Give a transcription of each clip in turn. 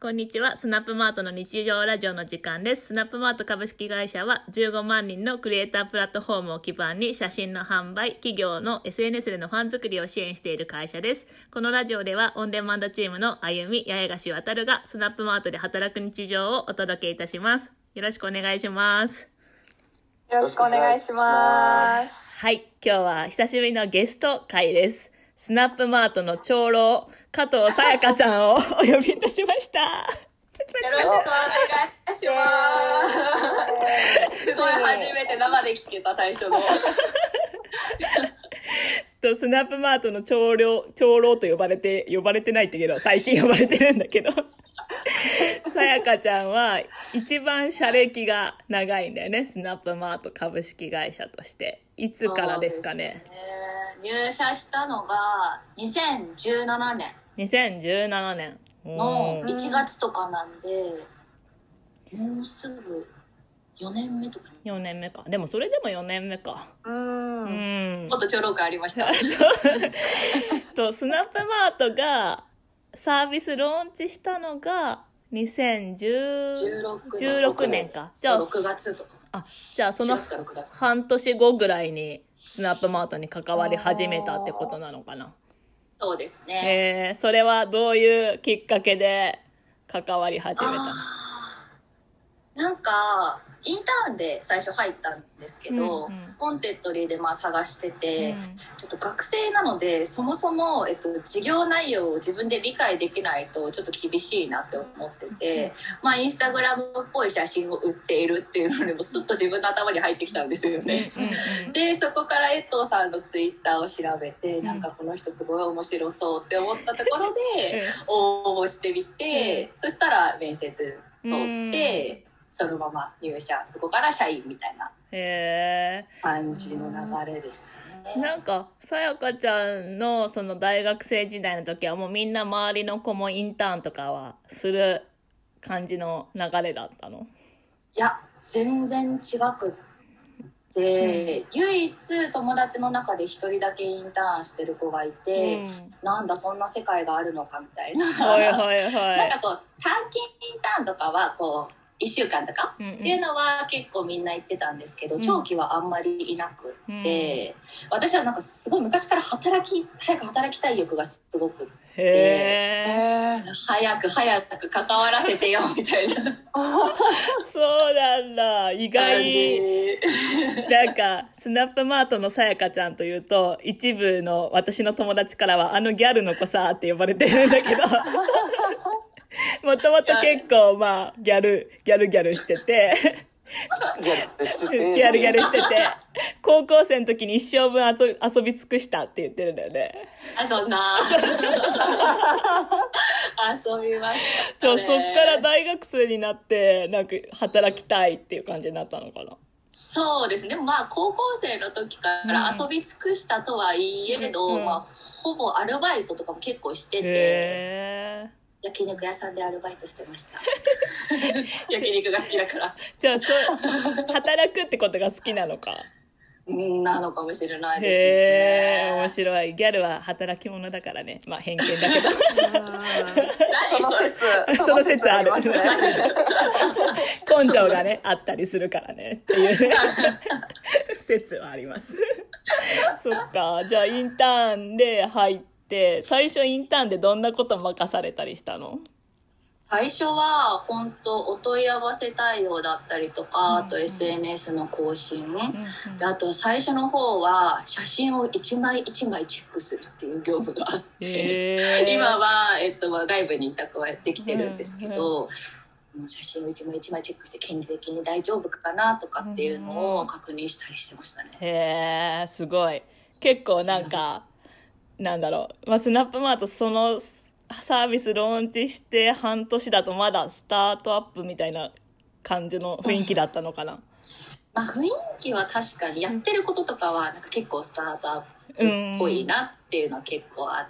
こんにちは。スナップマートの日常ラジオの時間です。スナップマート株式会社は15万人のクリエイタープラットフォームを基盤に写真の販売、企業の SNS でのファン作りを支援している会社です。このラジオではオンデマンドチームのあゆみ、八重樫渉がスナップマートで働く日常をお届けいたします。よろしくお願いします。 よろしくお願いします。 はい、今日は久しぶりのゲスト会です。スナップマートの長老、加藤さやかちゃんをお呼びいたしました。 よろしくお願いします。すごい初めて生で聞けた最初の。 スナップマートの長老と呼ばれてないってけど、最近呼ばれてるんだけど。さやかちゃんは一番社歴が長いんだよね。スナップマート株式会社として。いつからですかね。 入社したのが2017年。 2017年の1月とかなんで、もうすぐ4年目とか。 4年目か。でもそれでも4年目か。 もっと長老感ありました。 とスナップマートがサービスローンチしたのが2016年か。 じゃあ6月とか。 じゃあその半年後ぐらいにスナップマートに関わり始めたってことなのかな。 そうですね。 それはどういうきっかけで関わり始めたの？ なんかインターンで最初入ったんですけど、ポンテッドリーで探してて、ちょっと学生なのでそもそも、事業内容を自分で理解できないとちょっと厳しいなって思ってて、インスタグラムっぽい写真を売っているっていうのでもスッと自分の頭に入ってきたんですよね。でそこから江藤さんのツイッターを調べて、なんかこの人すごい面白そうって思ったところで応募してみて、そしたら面接通ってそのまま入社、そこから社員みたいな感じの流れですね。 なんかさやかちゃんのその大学生時代の時はもうみんな周りの子もインターンとかはする感じの流れだったの？ いや全然違くって唯一友達の中で一人だけインターンしてる子がいて、なんだそんな世界があるのかみたいな。なんかこう短期インターンとかはこう1週間とかっていうのは結構みんな言ってたんですけど、長期はあんまりいなくって、私はなんかすごい昔から早く働きたい欲がすごくって、早く関わらせてよみたいな。 そうなんだ。意外。なんかスナップマートのさやかちゃんというと、一部の私の友達からはギャルの子さって呼ばれてるんだけど。もともと結構ギャルしててギャルしてて高校生の時に一生分遊び尽くしたって言ってるんだよね。 そんな遊びましたね。 そっから大学生になってなんか働きたいっていう感じになったのかな。 そうですね。でも高校生の時から遊び尽くしたとはいえど、ほぼアルバイトとかも結構してて、焼肉屋さんでアルバイトしてました。焼肉が好きだから。 じゃあ働くってことが好きなのか。 なのかもしれないですね。 面白い。ギャルは働き者だからね。偏見だけど。その説ある。根性がね、あったりするからね。っていうね。説はあります。そっか。じゃあインターンで入って、最初インターンでどんなこと任されたりしたの？ 最初は本当お問い合わせ対応だったりとか、あと SNS の更新、であと最初の方は写真を一枚一枚チェックするっていう業務があって、今は、外部にいた子はやってきてるんですけど、もう写真を一枚一枚チェックして権利的に大丈夫かなとかっていうのを確認したりしてましたね。 すごい。結構なんかなんだろう、スナップマートそのサービスローンチして半年だとまだスタートアップみたいな感じの雰囲気だったのかな。 雰囲気は確かにやってることとかはなんか結構スタートアップっぽいなっていうのは結構あって、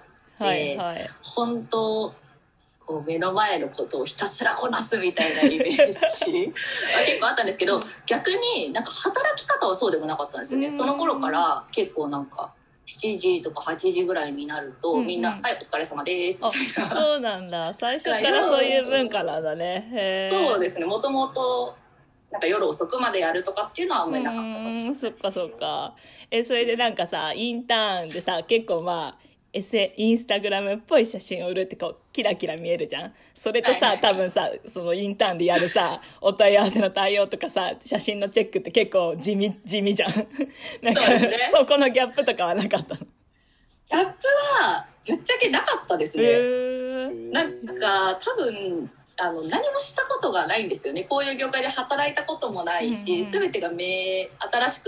本当こう目の前のことをひたすらこなすみたいなイメージは結構あったんですけど、逆になんか働き方はそうでもなかったんですよね。その頃から結構なんか 7時とか8時ぐらいになると、みんな、はい、お疲れ様ですみたいな。 そうなんだ。最初からそういう文化なんだね。 そうですね。もともとなんか夜遅くまでやるとかっていうのはあんまりなかったかもしれないです。 そっかそっか。それでなんかさ、インターンでさ、結構まあ、インスタグラムっぽい写真を売るってこうキラキラ見えるじゃん。それとさ、 はいはい、 多分さ、そのインターンでやるさ、お問い合わせの対応とかさ、写真のチェックって結構地味じゃん。なんかそうですね、 そこのギャップとかはなかったの？ ギャップはぶっちゃけなかったですね。なんか多分何もしたことがないんですよね。こういう業界で働いたこともないし、全てが新しくって、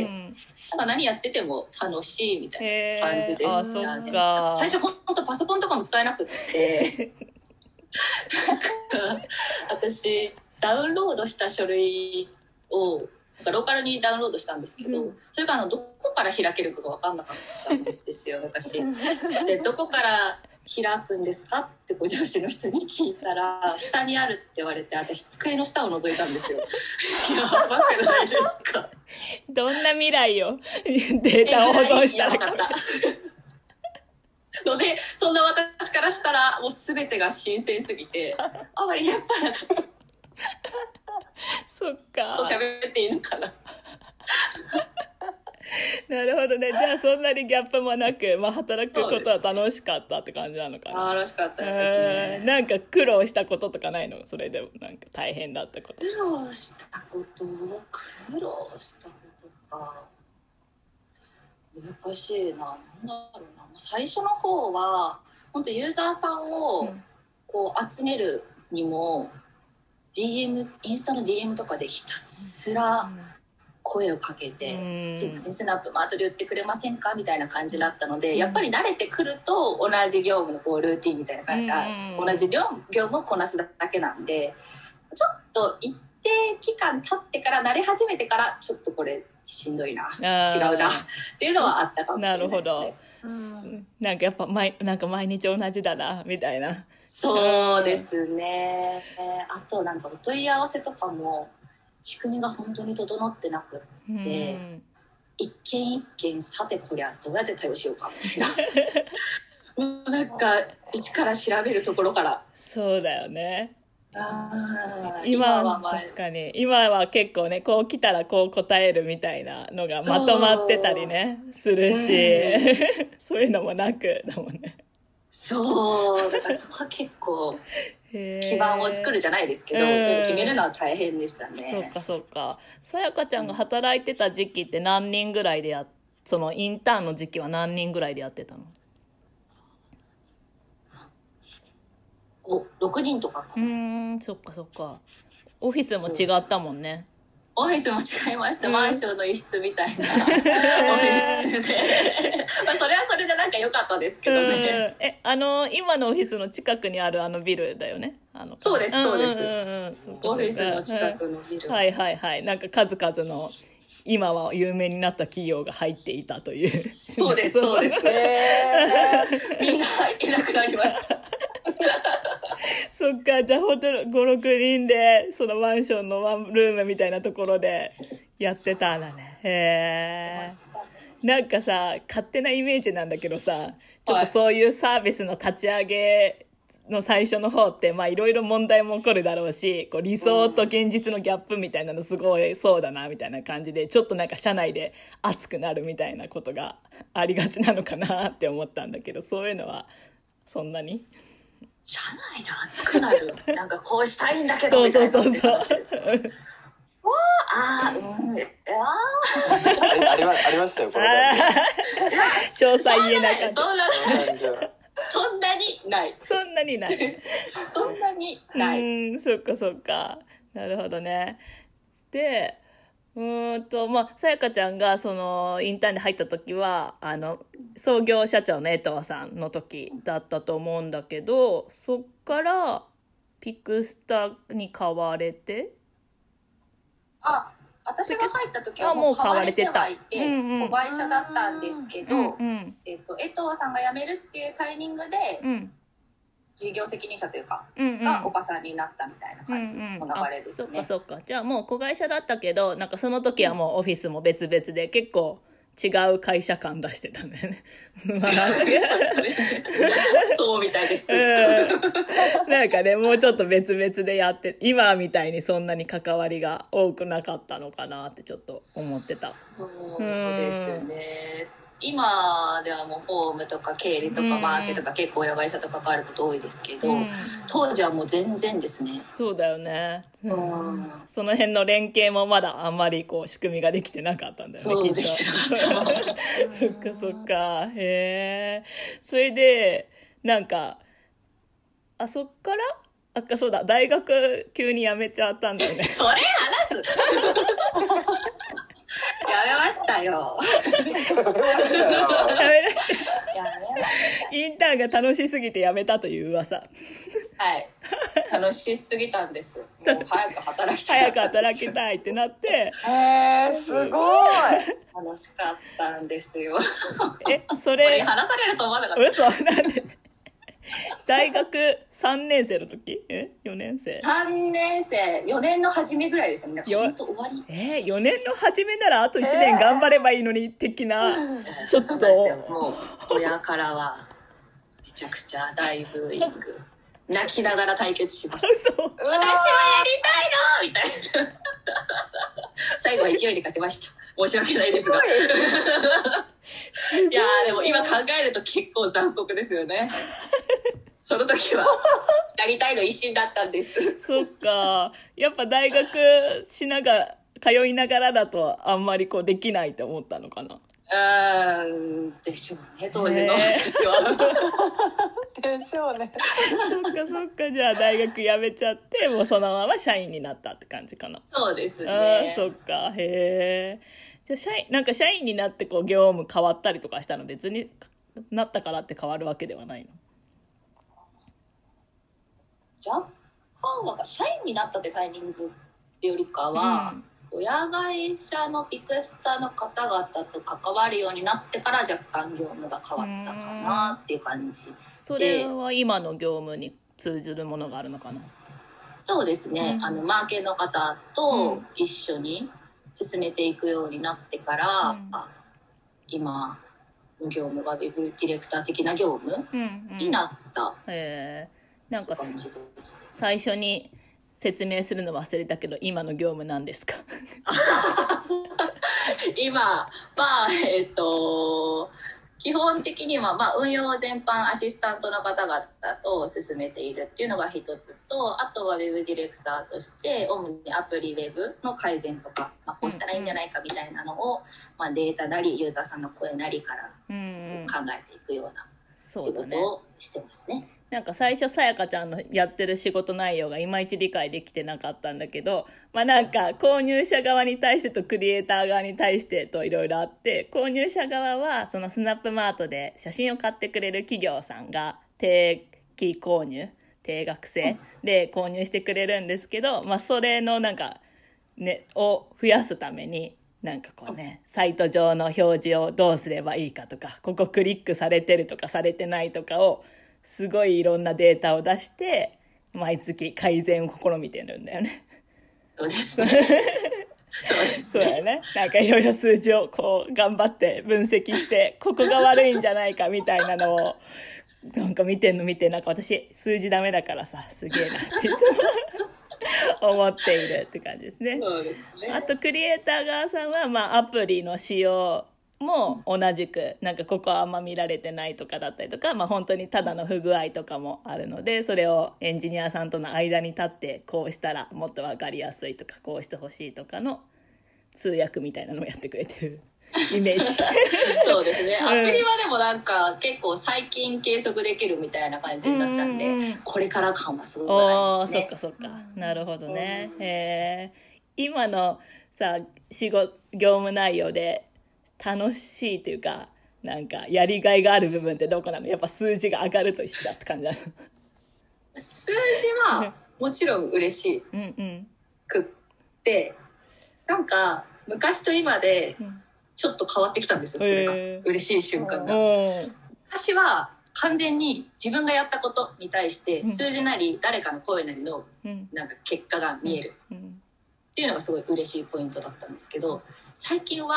なんか何やってても楽しいみたいな感じでしたね。なんか最初本当パソコンとかも使えなくってなんか私ダウンロードした書類をなんかローカルにダウンロードしたんですけど、それがどこから開けるかが分かんなかったんですよ昔で。どこから開くんですかってご上司の人に聞いたら、下にあるって言われて、私机の下を覗いたんですよ。やばくないですか？ どんな未来よ。データを保存したら。 やばかったので、そんな私からしたらもう全てが新鮮すぎてあまりやっぱなかった。 そっか。 喋っていいのかななるほどね。じゃあそんなにギャップもなく、まあ、働くことは楽しかったって感じなのかな。 楽しかったですね。 なんか苦労したこととかないの？それでもなんか大変だったこと。 苦労したことか難しいな。なんだろうな。最初の方は本当ユーザーさんをこう集めるにも、インスタの DM とかでひたすら声をかけて、すいませんスナップマートで売ってくれませんかみたいな感じだったので、やっぱり慣れてくると同じ業務のこうルーティンみたいな感じ、同じ業務をこなすだけなんで、ちょっと一定期間経ってから慣れ始めてから、ちょっとこれしんどいな、違うなっていうのはあったかもしれないですね。なるほど。 なんかやっぱなんか毎日同じだなみたいな。 そうですね。あとなんかお問い合わせとかも仕組みが本当に整ってなくって、一件一件さてこりゃどうやって対応しようかみたいなもうなんか一から調べるところから。 そうだよね。今は確かに今は結構ね、こう来たらこう答えるみたいなのがまとまってたりねするし、そういうのもなくだもんね。 そうだからそこは結構基盤を作るじゃないですけど、そういうの決めるのは大変でしたね。 そうかそうか。さやかちゃんが働いてた時期って何人ぐらいでそのインターンの時期は何人ぐらいでやってたの ？6人とかかな。そっかそっか。オフィスも違ったもんね。 オフィスも違いました。マンションの一室みたいなオフィスでまあそれはそれでなんか良かったですけどね。 今のオフィスの近くにあるあのビルだよね。 そうですそうです、オフィスの近くのビル。 はいはいはい。なんか数々の今は有名になった企業が入っていたという。 そうですそうですみんないなくなりましたそっか。じゃあほんと5、6人でそのマンションのワンルームみたいなところでやってたんだね。へー。なんかさ、勝手なイメージなんだけどさ、ちょっとそういうサービスの立ち上げの最初の方って、まあいろいろ問題も起こるだろうし、こう理想と現実のギャップみたいなのすごいそうだなみたいな感じで、ちょっとなんか社内で熱くなるみたいなことがありがちなのかなって思ったんだけど、そういうのはそんなに？ 社内で熱くなるなんかこうしたいんだけどみたいなって話ですよありましたよこれ。 詳細言えなかった。 そんなにない。 そんなにない。 そんなにない。 そっかそっか。なるほどね。で、まあ、さやかちゃんがそのインターンで入った時は創業社長の江藤さんの時だったと思うんだけど、そっからピクスタに変われて、 私が入った時はもう変われてはいて、子会社だったんですけど、江藤さんが辞めるっていうタイミングで、事業責任者というか、が岡さんになったみたいな感じの流れですね。 そっかそっか。じゃあもう子会社だったけど、なんかその時はもうオフィスも別々で結構違う会社感出してたんだよね。まあ、 そうみたいです。 なんかね、もうちょっと別々でやって、今みたいにそんなに関わりが多くなかったのかなってちょっと思ってた。 そうですね。今ではもうホームとか経理とかマーケとか結構親会社と関わること多いですけど、当時はもう全然ですね。 そうだよね。その辺の連携もまだあんまりこう仕組みができてなかったんだよね。 そうですよ。 そっかそっか。へえ。それでなんかそっからそうだ、大学急に辞めちゃったんだよね。 それ話すやめましたよ。 インターンが楽しすぎて辞めたという噂。 はい。楽しすぎたんです。もう早く働きたい。 早く働きたいってなって。 すごい。 楽しかったんですよ。 それ。 これ話されると思わなかった。 嘘なんで。大学3年生の時？4年生 ?3 年生、4年の初めぐらいですよね。ほんと終わり。 4年の初めならあと1年頑張ればいいのに的な、ちょっと。 そうですよ。もう、親からは、めちゃくちゃ大ブーイング。泣きながら対決しました。私はやりたいのみたいな。最後は勢いで勝ちました。申し訳ないですが。いやーでも今考えると結構残酷ですよね。その時はやりたいの一心だったんです。 そっか。やっぱ大学通いながらだとあんまりこうできないと思ったのかな。 でしょうね、当時の私は。 でしょうね。 そっか。じゃあ大学辞めちゃってもうそのまま社員になったって感じかな。 そうですね。 そっか。へえ。じゃあなんか社員になってこう業務変わったりとかしたの？別になったからって変わるわけではないの？ 若干は社員になったってタイミングってよりかは、親会社のピクスタの方々と関わるようになってから若干業務が変わったかなっていう感じ。 それは今の業務に通ずるものがあるのかな？ そうですね。マーケの方と一緒に進めていくようになってから、今の業務がウェブディレクター的な業務になったなんか感じです。 最初に説明するの忘れたけど今の業務なんですか？ 今基本的には、運用全般アシスタントの方々と進めているっていうのが一つと、あとはウェブディレクターとして主にアプリウェブの改善とか、こうしたらいいんじゃないかみたいなのを、データなりユーザーさんの声なりから考えていくような仕事をしてますね。 なんか最初さやかちゃんのやってる仕事内容がいまいち理解できてなかったんだけど、なんか購入者側に対してとクリエイター側に対してといろいろあって、購入者側はそのスナップマートで写真を買ってくれる企業さんが定期購入、定額制で購入してくれるんですけど、それのなんかねを増やすためになんかこうね、サイト上の表示をどうすればいいかとか、ここクリックされてるとかされてないとかをすごいいろんなデータを出して毎月改善を試みてるんだよね。 そうですね。 そうだよね。なんかいろいろ数字をこう頑張って分析してここが悪いんじゃないかみたいなのをなんか見てなんか私数字ダメだからさすげえなって思っているって感じですね。 そうですね。 あとクリエイター側さんはアプリの仕様も同じくなんかここはあんま見られてないとかだったりとか、本当にただの不具合とかもあるので、それをエンジニアさんとの間に立ってこうしたらもっと分かりやすいとかこうしてほしいとかの通訳みたいなのをやってくれてるイメージ。 そうですね。アプリはでもなんか結構最近計測できるみたいな感じだったんで、これから感はすごくありますね。 そっかなるほどね。今のさ業務内容で楽しいというかなんかやりがいがある部分ってどこなの？やっぱ数字が上がると一緒だって感じなの？ 数字はもちろん嬉しくってなんか昔と今でちょっと変わってきたんですよ。それが嬉しい瞬間が。私は完全に自分がやったことに対して数字なり誰かの声なりのなんか結果が見えるっていうのがすごい嬉しいポイントだったんですけど、最近は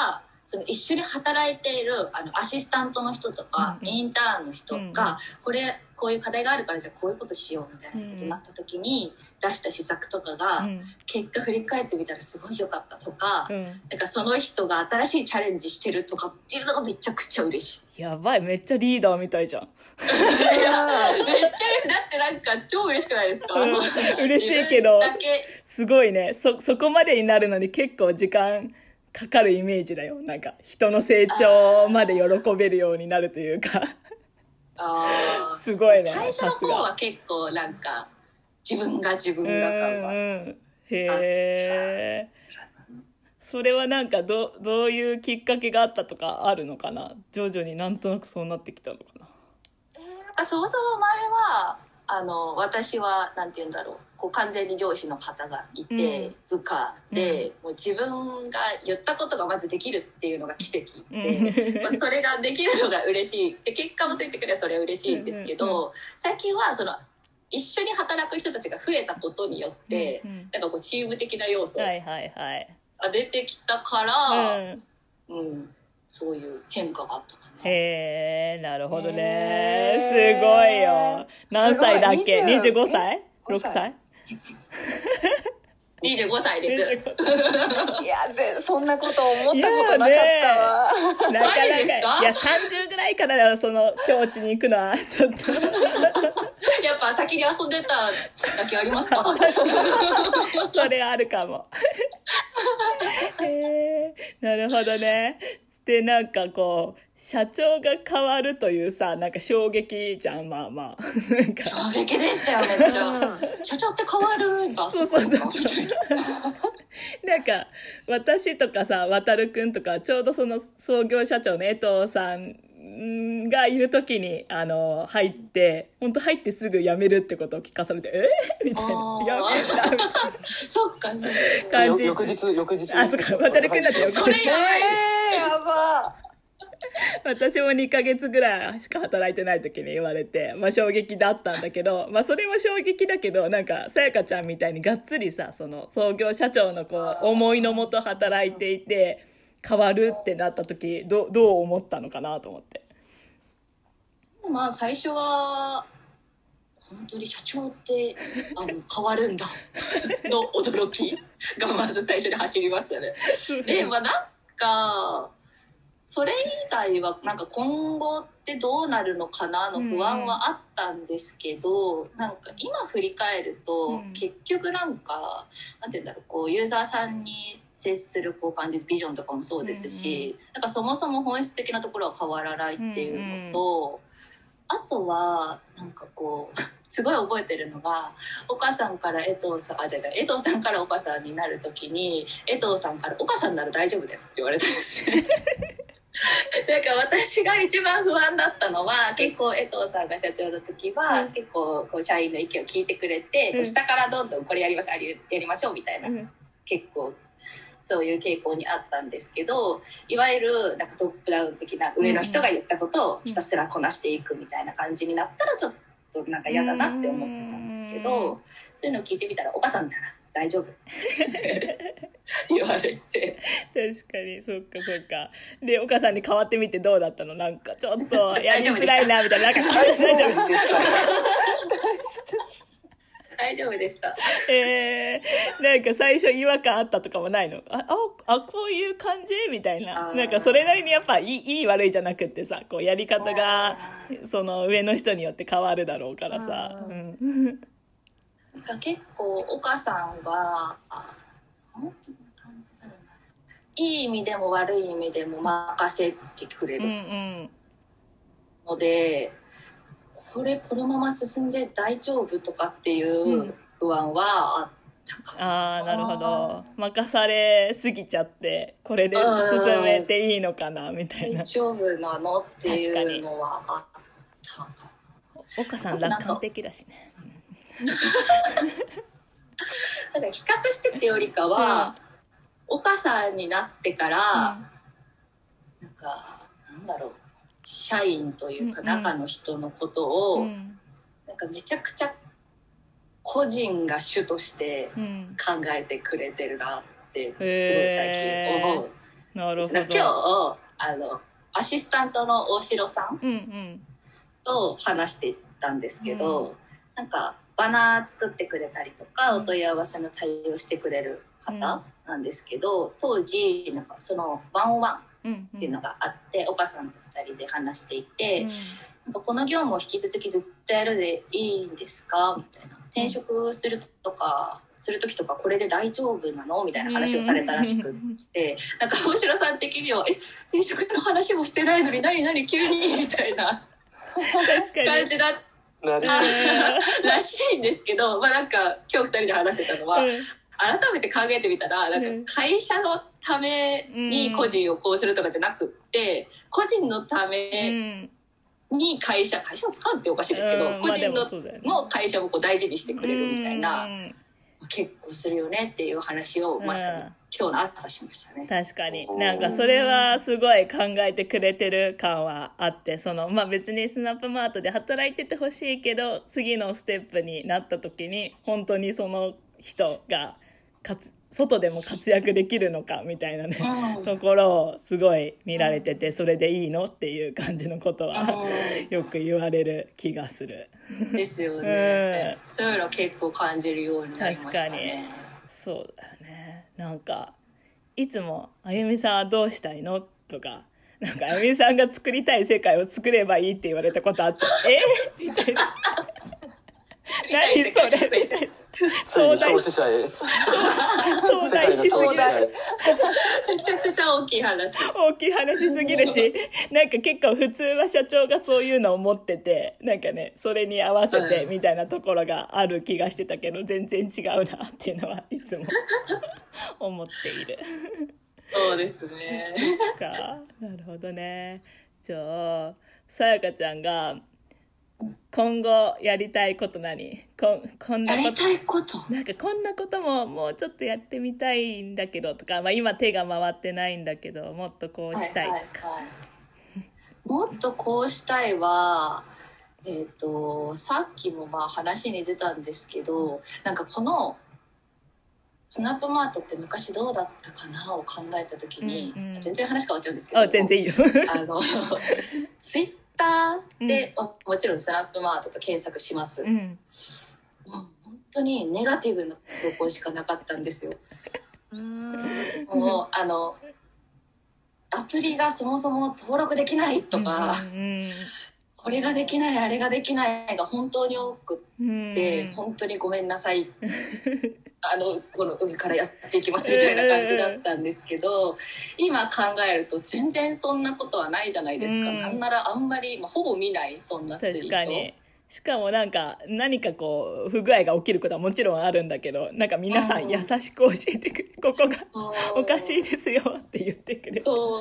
その一緒に働いているアシスタントの人とか、インターンの人が、こういう課題があるからじゃあこういうことしようみたいなことになった時に出した施策とかが、結果振り返ってみたらすごい良かったとか、なんかその人が新しいチャレンジしてるとかっていうのがめちゃくちゃ嬉しい。 やばい、めっちゃリーダーみたいじゃん。 いやめっちゃ嬉しい。だってなんか超嬉しくないですか？ 嬉しいけどすごいね、そこまでになるのに結構時間かかるイメージだよ。なんか人の成長まで喜べるようになるというかすごいね。 最初の方は結構なんか自分が感はへえ。それはなんかどういうきっかけがあったとかあるのかな。徐々になんとなくそうなってきたのかな。 そもそも前は私はなんて言うんだろう、こう完全に上司の方がいて、部下で、もう自分が言ったことがまずできるっていうのが奇跡で、それができるのが嬉しいで、結果もついてくればそれは嬉しいんですけど、最近はその一緒に働く人たちが増えたことによって、なんかこうチーム的な要素が出てきたから、そういう変化があったかな。 へえ、なるほどね。すごいよ。何歳だっけ？25歳？6歳 ？25歳です。 いや、そんなこと思ったことなかったわ。 なかなか。いや、30ぐらいからその境地に行くのはちょっとやっぱ先に遊んでただけありますか？ それあるかも。なるほどね。で、なんかこう社長が変わるというさ、なんか衝撃じゃん。まあまあなんか衝撃でしたよ、めっちゃ。社長って変わるんだ。そうなんか私とかさ、渡るくんとかちょうどその創業社長の江藤さんがいる時に入ってすぐ辞めるってことを聞かされて、みたいな、辞めたみたいなそっか、 感じ。翌日あ、そっか、渡るくんだって翌日。 それやばい。 やば。 私も2ヶ月ぐらいしか働いてない時に言われて、まあ衝撃だったんだけど、まあそれも衝撃だけど、なんかさやかちゃんみたいにがっつりさ、その創業社長のこう思いのもと働いていて変わるってなった時、どう思ったのかなと思って。 まあ最初は本当に社長って変わるんだの驚きがまず最初に走りましたね。で、まあなんかそれ以外はなんか今後ってどうなるのかなの不安はあったんですけど、なんか今振り返ると、結局なんかなんて言うんだろう、こうユーザーさんに接するこう感じ、ビジョンとかもそうですし、なんかそもそも本質的なところは変わらないっていうのと、あとはなんかこうすごい覚えてるのが、お母さんから江藤さんからお母さんになる時に、江藤さんからお母さんなら大丈夫だよって言われたんですよ。なんか私が一番不安だったのは、結構江藤さんが社長の時は、結構こう社員の意見を聞いてくれて、下からどんどんこれやりましょうみたいな、結構そういう傾向にあったんですけど、いわゆるなんかトップダウン的な上の人が言ったことをひたすらこなしていくみたいな感じになったら、ちょっとなんか嫌だなって思ってたんですけど、そういうのを聞いてみたら、お母さんなら大丈夫言われて。 確かに、そっかそっか。で、お母さんに代わってみてどうだったの？なんかちょっとやりづらいなみたいな。大丈夫大丈夫でした。 なんか最初違和感あったとかもないの？こういう感じみたいな。なんかそれなりにやっぱいい悪いじゃなくってさ、こうやり方がその上の人によって変わるだろうからさ。 なんか結構岡さんはどんな感じだろうな、いい意味でも悪い意味でも任せてくれるので、このまま進んで大丈夫とかっていう不安はあったかな。 なるほど。任されすぎちゃってこれで進めていいのかなみたいな。 大丈夫なのっていうのはあったかも。岡さん楽観的だしね。 なんか比較してってよりかは、岡さんになってから、なんかなんだろう、社員というか中の人のことを、なんかめちゃくちゃ個人が主として考えてくれてるなってすごい最近思うなるほど。 今日アシスタントの大城さんと話していったんですけど、なんかバナー作ってくれたりとか、お問い合わせの対応してくれる方なんですけど、当時なんかその101っていうのがあって、お母さんと2人で話していて、なんかこの業務を引き続きずっとやるでいいんですかみたいな、転職する時とかこれで大丈夫なのみたいな話をされたらしくって、なんか大城さん的には転職の話もしてないのに何急にみたいな感じだったらしいんですけど、まあなんか今日2人で話してたのは、改めて考えてみたら、なんか会社のために個人をこうするとかじゃなくって、個人のために会社を使うっておかしいですけど、個人の会社をこう大事にしてくれるみたいな、結構するよねっていう話をまさに今日の朝しましたね。 確かになんかそれはすごい考えてくれてる感はあって、まあ別にスナップマートで働いててほしいけど、次のステップになった時に本当にその人が外でも活躍できるのかみたいなね、ところをすごい見られてて、それでいいのっていう感じのことはよく言われる気がする。 ですよね、そういうの結構感じるようになりましたね。 確かにそうだよね。なんかいつもあゆみさんはどうしたいのとか、なんかあゆみさんが作りたい世界を作ればいいって言われたことあってみたいな何それみたいな、 創始者へ壮大しすぎる、 めちゃくちゃ大きい話すぎるし、なんか結構普通は社長がそういうのを持ってて、なんかねそれに合わせてみたいなところがある気がしてたけど、全然違うなっていうのはいつも思っている。 そうですね。 なるほどね。じゃあさやかちゃんが今後やりたいこと何？こんなことやりたいこと、 なんかこんなことももうちょっとやってみたいんだけどとか、まあ、今手が回ってないんだけどもっとこうしたいとか、 もっとこうしたいはさっきもまあ話に出たんですけど、なんかこのスナップマートって昔どうだったかなを考えた時に、全然話変わっちゃうんですけど、 全然いいよツイッターで、もちろんスナップマートと検索します、もう本当にネガティブな投稿しかなかったんですよ。もうアプリがそもそも登録できないとか、これができないあれができないが本当に多くって、本当にごめんなさいこの上からやっていきますみたいな感じだったんですけど、今考えると全然そんなことはないじゃないですか。なんならあんまり、ほぼ見ないそんなツイート。 確かに。しかもなんか何かこう不具合が起きることはもちろんあるんだけど、なんか皆さん優しく教えてくれ、ここがおかしいですよって言ってくれる。 そう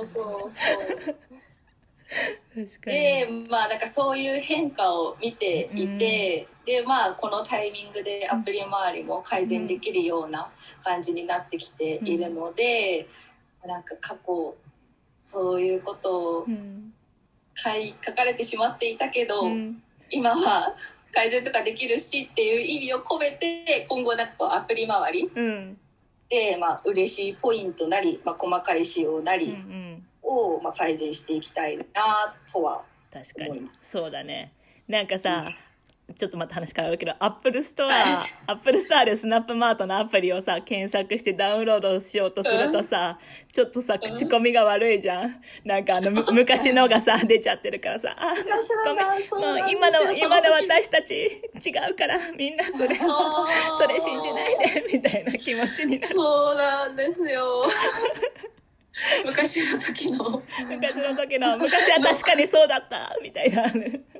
確かに。 でまあなんかそういう変化を見ていて、でまあこのタイミングでアプリ周りも改善できるような感じになってきているので、なんか過去そういうことを書かれてしまっていたけど、今は改善とかできるしっていう意味を込めて、今後なんかこうアプリ周りで、まあ嬉しいポイントなり、細かい仕様なりを改善していきたいなとは思います。 そうだね。なんかさ、ちょっとまた話変わるけど、アップルストアでスナップマートのアプリをさ検索してダウンロードしようとするとさ、ちょっとさ口コミが悪いじゃん。なんか昔のがさ出ちゃってるからさ、今の私たち違うからみんなそれ信じないでみたいな気持ちになる。 そうなんですよ。昔の時の昔は確かにそうだったみたいな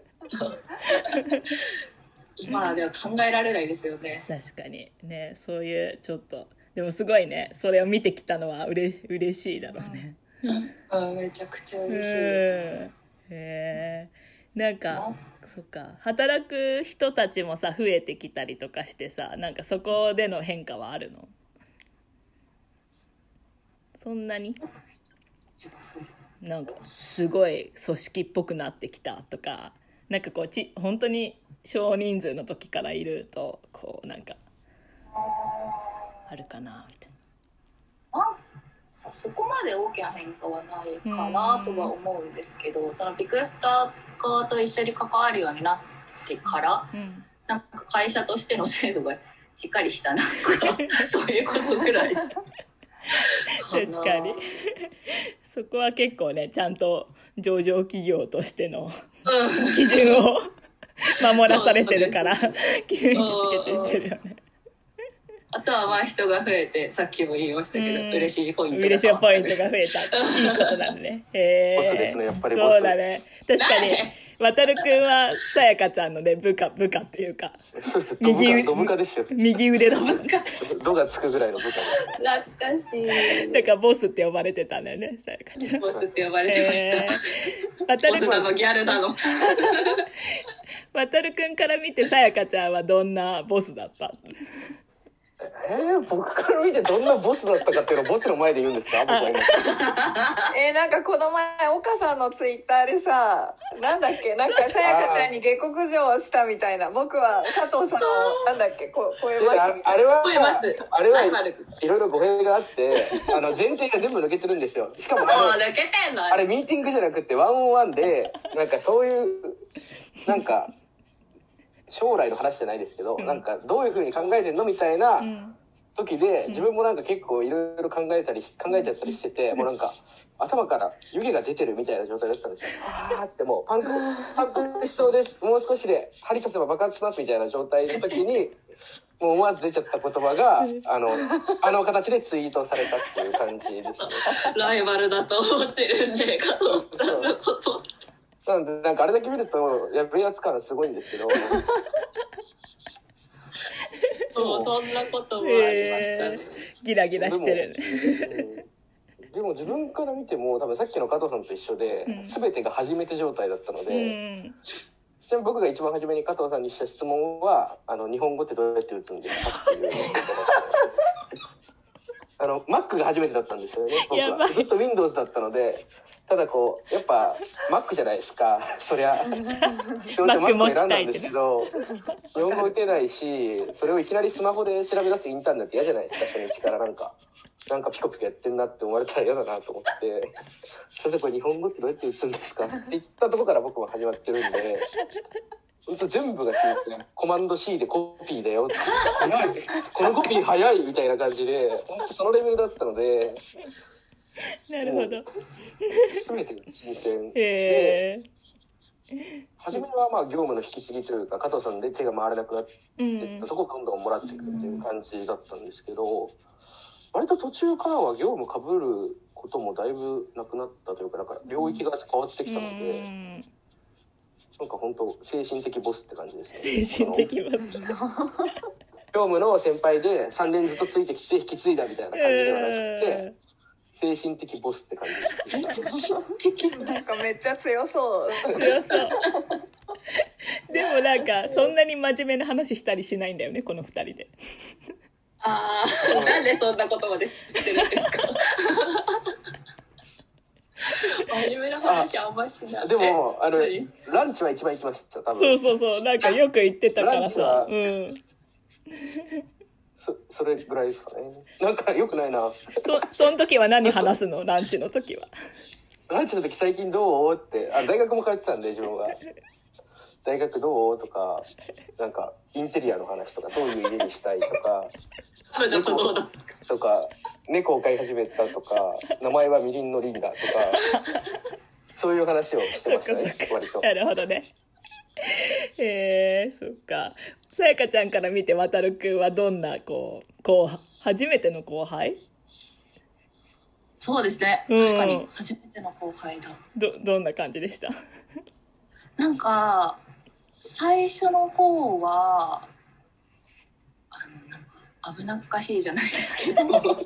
今では考えられないですよね。 確かにね。そういうちょっとでもすごいね、それを見てきたのは嬉しいだろうね。 めちゃくちゃ嬉しいですね。なんかそっか、働く人たちもさ増えてきたりとかしてさ、なんかそこでの変化はあるの？そんなになんかすごい組織っぽくなってきたとか、なんかこう本当に少人数の時からいるとこうなんかあるかなみたいな。 そこまで大きな変化はないかなとは思うんですけど、そのビクスタ側と一緒に関わるようになってから、なんか会社としての制度がしっかりしたなとかそういうことぐらいかな。 確かにそこは結構ね、ちゃんと上場企業としての基準を守らされてるから急につけてしてるよね。 あとはまあ人が増えて、さっきも言いましたけど、嬉しいポイントが嬉しいポイントが増えたいいことなんね。 ボスですね、やっぱりボス。 そうだね、確かに渡るくんはさやかちゃんのね部下っていうかド部下ですよ。 右腕のドがつくぐらいの部下。 懐かしい。 だからボスって呼ばれてたんだよね、さやかちゃん。 ボスって呼ばれてました、ボスなのギャルなの渡るくんから見てさやかちゃんはどんなボスだった？ 僕から見てどんなボスだったかっていうのをボスの前で言うんですか？僕は今なんかこの前岡さんのツイッターでさ、なんだっけ、なんかさやかちゃんに下克上したみたいな、僕は佐藤さんをなんだっけ超えます。 あれはいろいろ語弊があって前提が全部抜けてるんですよ。しかも抜けてんのあれミーティングじゃなくてワンオンワンで、なんかそういうなんか将来の話じゃないですけど、なんかどういう風に考えてんのみたいな時で、自分もなんか結構いろいろ考えちゃったりしてて、もうなんか頭から湯気が出てるみたいな状態だったんですよ。ってもうパンクしそうです、もう少しで針刺せば爆発しますみたいな状態の時にもう思わず出ちゃった言葉があの形でツイートされたっていう感じですね。 ライバルだと思ってるんで、加藤さんのことなんかあれだけ見るとやるやつ感すごいんですけどそんなこともありましたね。 ギラギラしてるね。 でも自分から見ても多分さっきの加藤さんと一緒で、全てが初めて状態だったので、ちなみに僕が一番初めに加藤さんにした質問は日本語ってどうやって打つんですかっていうMac が初めてだったんですよね。僕はずっと Windows だったので、ただこうやっぱ Mac じゃないですか、そりゃMac を選んだんですけど、日本語打てないし、それをいきなりスマホで調べ出すインターネット嫌じゃないですか。初日からなんかピコピコやってんなって思われたら嫌だなと思って先生これ日本語ってどうやって打つんですかって言ったところから僕も始まってるんで、本当全部が新鮮。コマンド C でコピーだよって早いこのコピー早いみたいな感じで、本当そのレベルだったので、 なるほど。 全てが新鮮で、初めはまあ業務の引き継ぎというか加藤さんで手が回らなくなっていったところをどんどんもらっていくっていう感じだったんですけど、割と途中からは業務かぶることもだいぶなくなったというか、なんか領域が変わってきたので、なんか本当精神的ボスって感じですね。 精神的ボス。 業務の先輩で3年ずっとついてきて引き継いだみたいな感じではなくて、精神的ボスって感じでした。 なんかめっちゃ強そう。 強そう。でもなんかそんなに真面目な話したりしないんだよね、この2人で。 なんでそんなことまで知ってるんですか？真面目な話あんましない。 でもランチは一番行きました多分。 そうなんかよく言ってたからさ。 それぐらいですかね。なんか良くないな。 その時は何話すの？ランチの時は。 ランチの時最近どうって大学も通ってたんで自分は。大学どうとか、なんかインテリアの話とか、どういう家にしたいとかとか、猫を飼い始めたとか、名前はみりんのりんだとか、そういう話をしてましたね。割と。 なるほどね。そっか。さやかちゃんから見て渡るくんはどんな初めての後輩？ そうですね、確かに初めての後輩だ。 どんな感じでした？ なんか最初の方はなんか危なっかしいじゃないですけどあったね。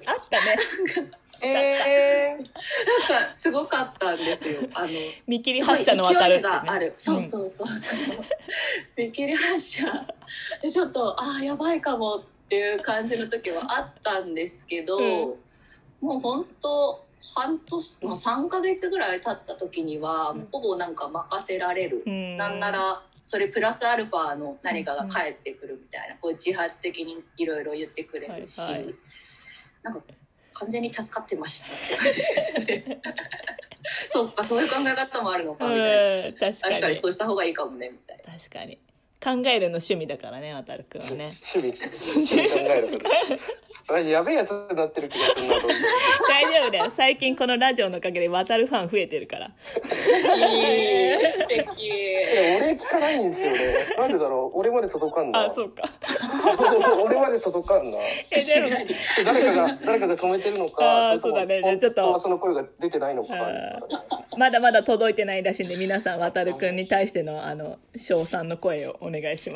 なんかすごかったんですよ。 見切り発車の渡るって、ね、 勢いがある。そう見切り発車でちょっとやばいかもっていう感じの時はあったんですけど、もう本当半年もう3ヶ月ぐらい経った時には、ほぼなんか任せられる、なんならそれプラスアルファの何かが返ってくるみたいな、こう自発的にいろいろ言ってくれるし、なんか完全に助かってましたって感じですね。そっか、そういう考え方もあるのかみたいな。確かにそうした方がいいかもねみたいな。 確かに考えるの趣味だからね、渡るくんはね。 趣味考えるからマジやべえやつになってる気がするなと思って。 大丈夫だよ、最近このラジオのおかげで渡るファン増えてるから。 素敵。 俺聞かないんですよね。なんでだろう、俺まで届かんな。 あ、そうか。 俺まで届かんな。 でも誰かが止めてるのか。 そうだね。ちょっとその声が出てないのか。 まだまだ届いてないらしいんで、皆さん渡るくんに対しての称賛の声をお願いします。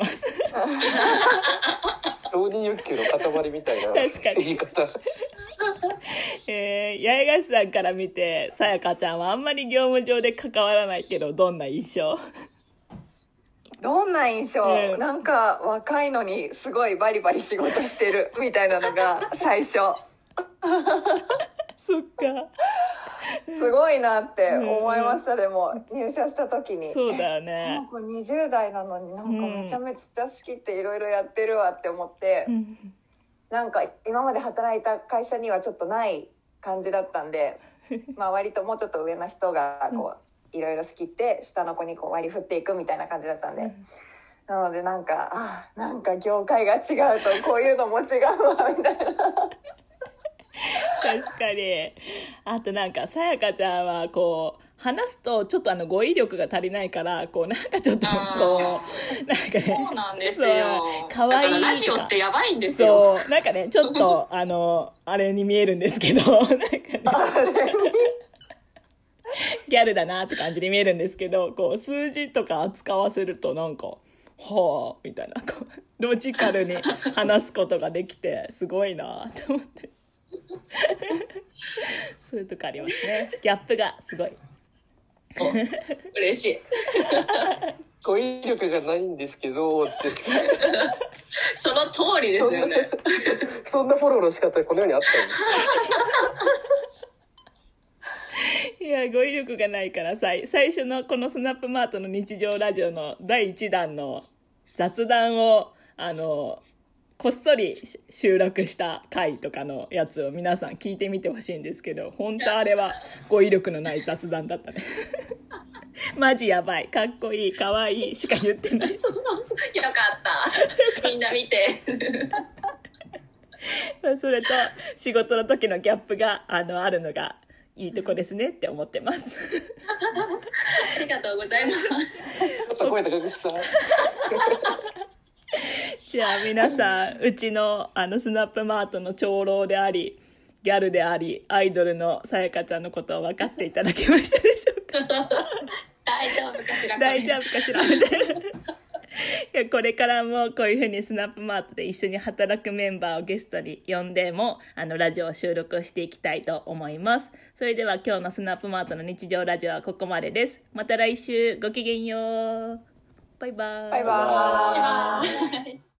承認欲求の塊みたいな言い方。 八重樫さんから見て、さやかちゃんはあんまり業務上で関わらないけど、どんな印象？ どんな印象、なんか若いのにすごいバリバリ仕事してるみたいなのが最初。 そっか。 すごいなって思いました、でも入社した時に。 そうだよね。 なんか20代なのになんかめちゃめちゃ仕切っていろいろやってるわって思って、なんか今まで働いた会社にはちょっとない感じだったんで、まあ割ともうちょっと上の人がこういろいろ仕切って下の子にこう割り振っていくみたいな感じだったんで、なのでなんか業界が違うとこういうのも違うわみたいな。 確かに。あとなんかさやかちゃんはこう話すとちょっと語彙力が足りないから、こうなんかちょっとこうなんかね、 そうなんですよ。 かわいい。 だからラジオってやばいんですよ。 そうなんかね、ちょっとあれに見えるんですけど、なんかねギャルだなって感じに見えるんですけど、こう数字とか扱わせるとなんかはあみたいな、こうロジカルに話すことができてすごいなと思って。そういうとこありますね。ギャップがすごい。 嬉しい。 語彙力がないんですけどってその通りですよね。 そんなフォローの仕方この世にあったんです。 いや、語彙力がないから最初のこのスナップマートの日常ラジオの第1弾の雑談をこっそり収録した回とかのやつを皆さん聞いてみてほしいんですけど、本当あれは語彙力のない雑談だったね。マジやばい、かっこいい、かわいいしか言ってない。 よかった。みんな見て。 それと仕事の時のギャップがあるのがいいとこですねって思ってます。 ありがとうございます。 ちょっと声高くした。 じゃあ皆さん、うちのスナップマートの長老でありギャルでありアイドルのさやかちゃんのことを分かっていただけましたでしょうか？ 大丈夫かしら。 大丈夫かしら。いや、これからもこういうふうにスナップマートで一緒に働くメンバーをゲストに呼んでもラジオを収録していきたいと思います。それでは今日のスナップマートの日常ラジオはここまでです。また来週、ごきげんよう。バイバーイ。 バイバーイ。